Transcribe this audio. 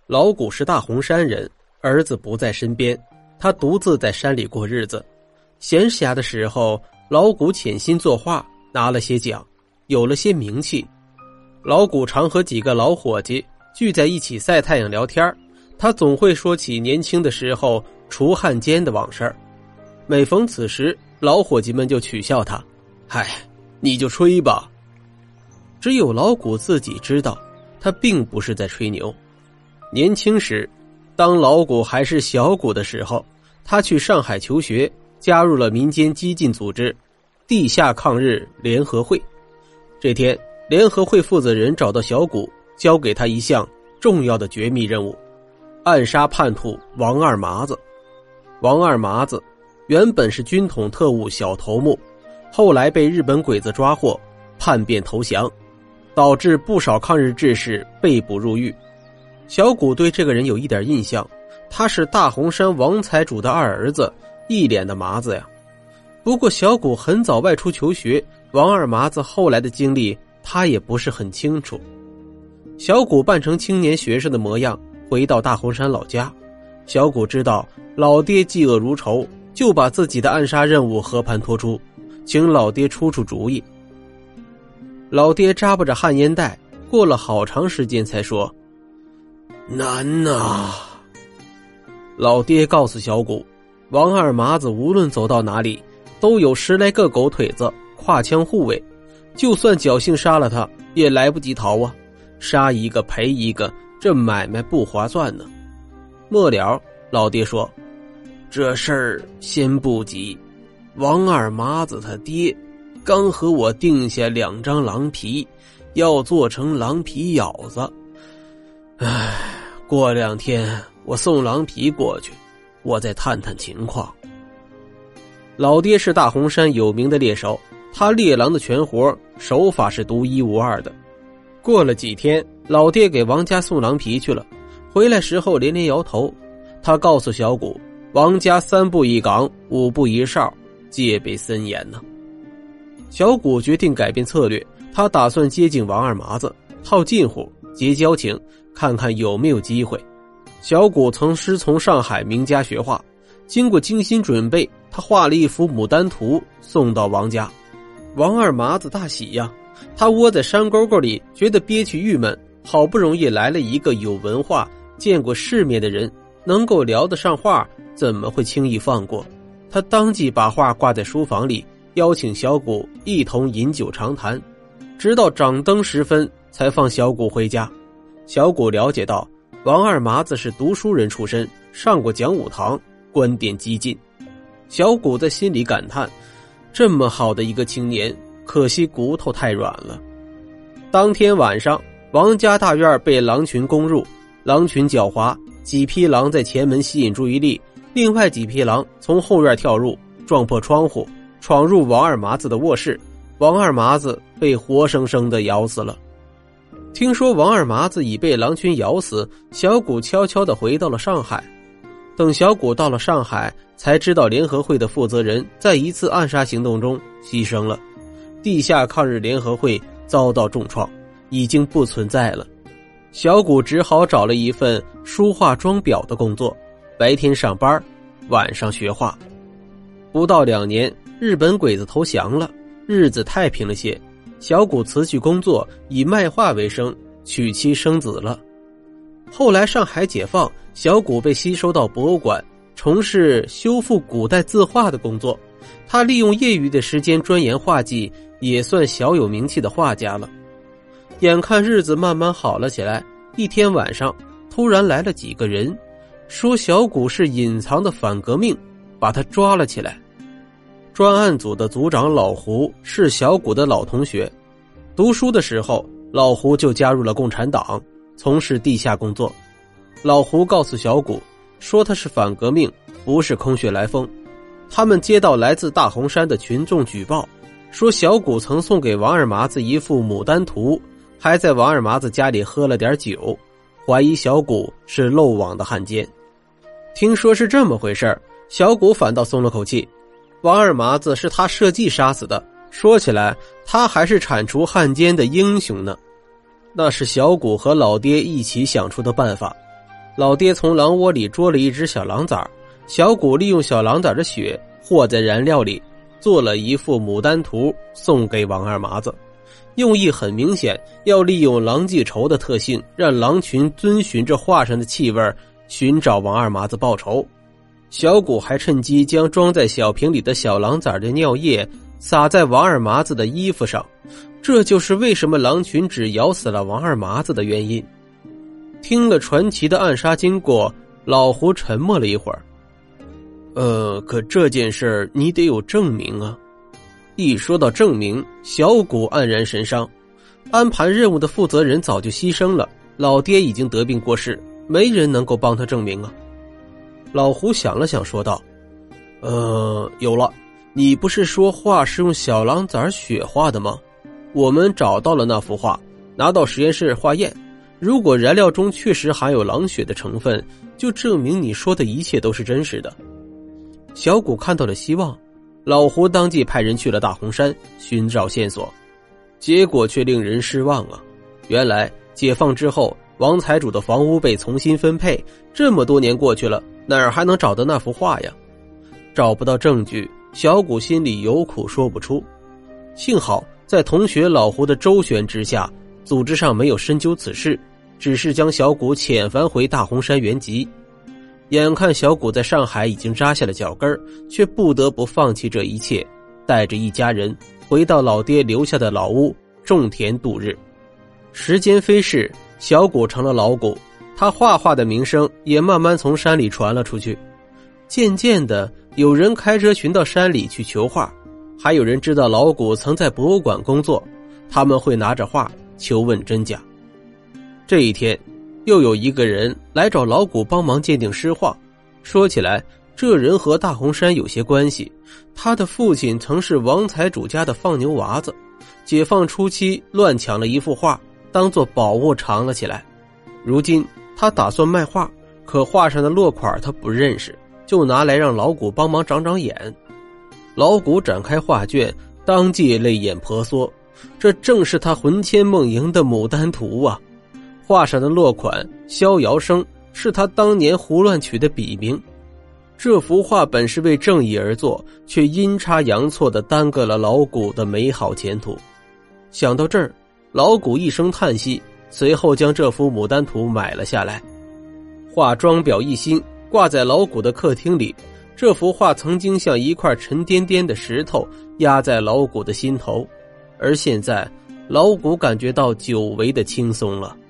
老谷是大洪山人，儿子不在身边，他独自在山里过日子。闲暇的时候，老谷潜心作画，拿了些奖，有了些名气。老谷常和几个老伙计聚在一起晒太阳聊天，他总会说起年轻的时候除汉奸的往事。每逢此时，老伙计们就取笑他：“嗨，你就吹吧。”只有老谷自己知道，他并不是在吹牛。年轻时，当老谷还是小谷的时候，他去上海求学，加入了民间激进组织地下抗日联合会。这天，联合会负责人找到小谷，交给他一项重要的绝密任务：暗杀叛徒王二麻子。王二麻子原本是军统特务小头目，后来被日本鬼子抓获，叛变投降，导致不少抗日志士被捕入狱。小谷对这个人有一点印象，他是大洪山王财主的二儿子，一脸的麻子呀。不过小谷很早外出求学，王二麻子后来的经历他也不是很清楚。小谷扮成青年学生的模样，回到大洪山老家。小谷知道老爹嫉恶如仇，就把自己的暗杀任务和盘托出，请老爹出主意。老爹扎巴着旱烟袋，过了好长时间才说：“难呐。”老爹告诉小谷，王二麻子无论走到哪里，都有10来个狗腿子挎枪护卫，就算侥幸杀了他，也来不及逃啊！杀一个赔一个，这买卖不划算呢。末了，老爹说：“这事儿先不急，王二麻子他爹刚和我定下2张狼皮，要做成狼皮咬子。唉，过2天我送狼皮过去，我再探探情况。”老爹是大洪山有名的猎手，他猎狼的全活手法是独一无二的。过了几天，老爹给王家送狼皮去了，回来时候连连摇头。他告诉小谷，王家3步一岗，5步一哨，戒备森严呢。小谷决定改变策略，他打算接近王二麻子，套近乎，结交情，看看有没有机会。小谷曾师从上海名家学画，经过精心准备，他画了一幅牡丹图送到王家。王二麻子大喜呀，他窝在山沟沟里，觉得憋屈郁闷，好不容易来了一个有文化、见过世面的人，能够聊得上话，怎么会轻易放过？他当即把画挂在书房里，邀请小谷一同饮酒长谈，直到掌灯时分才放小谷回家。小谷了解到王二麻子是读书人出身，上过讲武堂，观点激进。小谷在心里感叹，这么好的一个青年，可惜骨头太软了。当天晚上，王家大院被狼群攻入，狼群狡猾，几匹狼在前门吸引注意力，另外几匹狼从后院跳入，撞破窗户，闯入王二麻子的卧室。王二麻子被活生生的咬死了。听说王二麻子已被狼群咬死，小谷悄悄地回到了上海。等小谷到了上海，才知道联合会的负责人在一次暗杀行动中牺牲了，地下抗日联合会遭到重创，已经不存在了。小谷只好找了一份书画装裱的工作，白天上班，晚上学画。不到2年，日本鬼子投降了，日子太平了些。小谷辞去工作，以卖画为生，娶妻生子了。后来上海解放，小谷被吸收到博物馆，从事修复古代字画的工作。他利用业余的时间钻研画技，也算小有名气的画家了。眼看日子慢慢好了起来，一天晚上突然来了几个人，说小谷是隐藏的反革命，把他抓了起来。专案组的组长老胡是小谷的老同学，读书的时候老胡就加入了共产党，从事地下工作。老胡告诉小谷说他是反革命，不是空穴来风。他们接到来自大洪山的群众举报，说小谷曾送给王二麻子一幅牡丹图，还在王二麻子家里喝了点酒，怀疑小谷是漏网的汉奸。听说是这么回事，小谷反倒松了口气。王二麻子是他设计杀死的，说起来他还是铲除汉奸的英雄呢。那是小谷和老爹一起想出的办法。 老爹从狼窝里捉了一只小狼崽，小谷利用小狼崽的血和在燃料里，做了一幅牡丹图送给王二麻子，用意很明显，要利用狼记仇的特性，让狼群遵循着画上的气味寻找王二麻子报仇。小谷还趁机将装在小瓶里的小狼崽的尿液洒在王二麻子的衣服上，这就是为什么狼群只咬死了王二麻子的原因。听了传奇的暗杀经过，老胡沉默了一会儿。可这件事你得有证明啊。一说到证明，小谷黯然神伤。安排任务的负责人早就牺牲了，老爹已经得病过世，没人能够帮他证明啊。老胡想了想说道，有了，你不是说画是用小狼崽血画的吗？我们找到了那幅画，拿到实验室化验，如果燃料中确实含有狼血的成分，就证明你说的一切都是真实的。小谷看到了希望，老胡当即派人去了大红山寻找线索，结果却令人失望啊！原来解放之后，王财主的房屋被重新分配，这么多年过去了，哪儿还能找到那幅画呀？找不到证据，小谷心里有苦说不出。幸好在同学老胡的周旋之下，组织上没有深究此事，只是将小谷遣返回大红山原籍。眼看小谷在上海已经扎下了脚跟，却不得不放弃这一切，带着一家人回到老爹留下的老屋种田度日。时间飞逝，小谷成了老谷，他画画的名声也慢慢从山里传了出去。渐渐的，有人开车寻到山里去求画，还有人知道老谷曾在博物馆工作，他们会拿着画求问真假。这一天，又有一个人来找老谷帮忙鉴定尸画。说起来，这人和大红山有些关系，他的父亲曾是王财主家的放牛娃子，解放初期乱抢了一幅画，当作宝物藏了起来。如今他打算卖画，可画上的落款他不认识，就拿来让老谷帮忙长长眼。老谷展开画卷，当即泪眼婆娑，这正是他魂牵梦萦的牡丹图啊！画上的落款逍遥生是他当年胡乱取的笔名。这幅画本是为正义而作，却阴差阳错地耽搁了老谷的美好前途。想到这儿，老谷一声叹息，随后将这幅牡丹图买了下来。画装裱一新，挂在老谷的客厅里。这幅画曾经像一块沉甸甸的石头压在老谷的心头，而现在老谷感觉到久违的轻松了。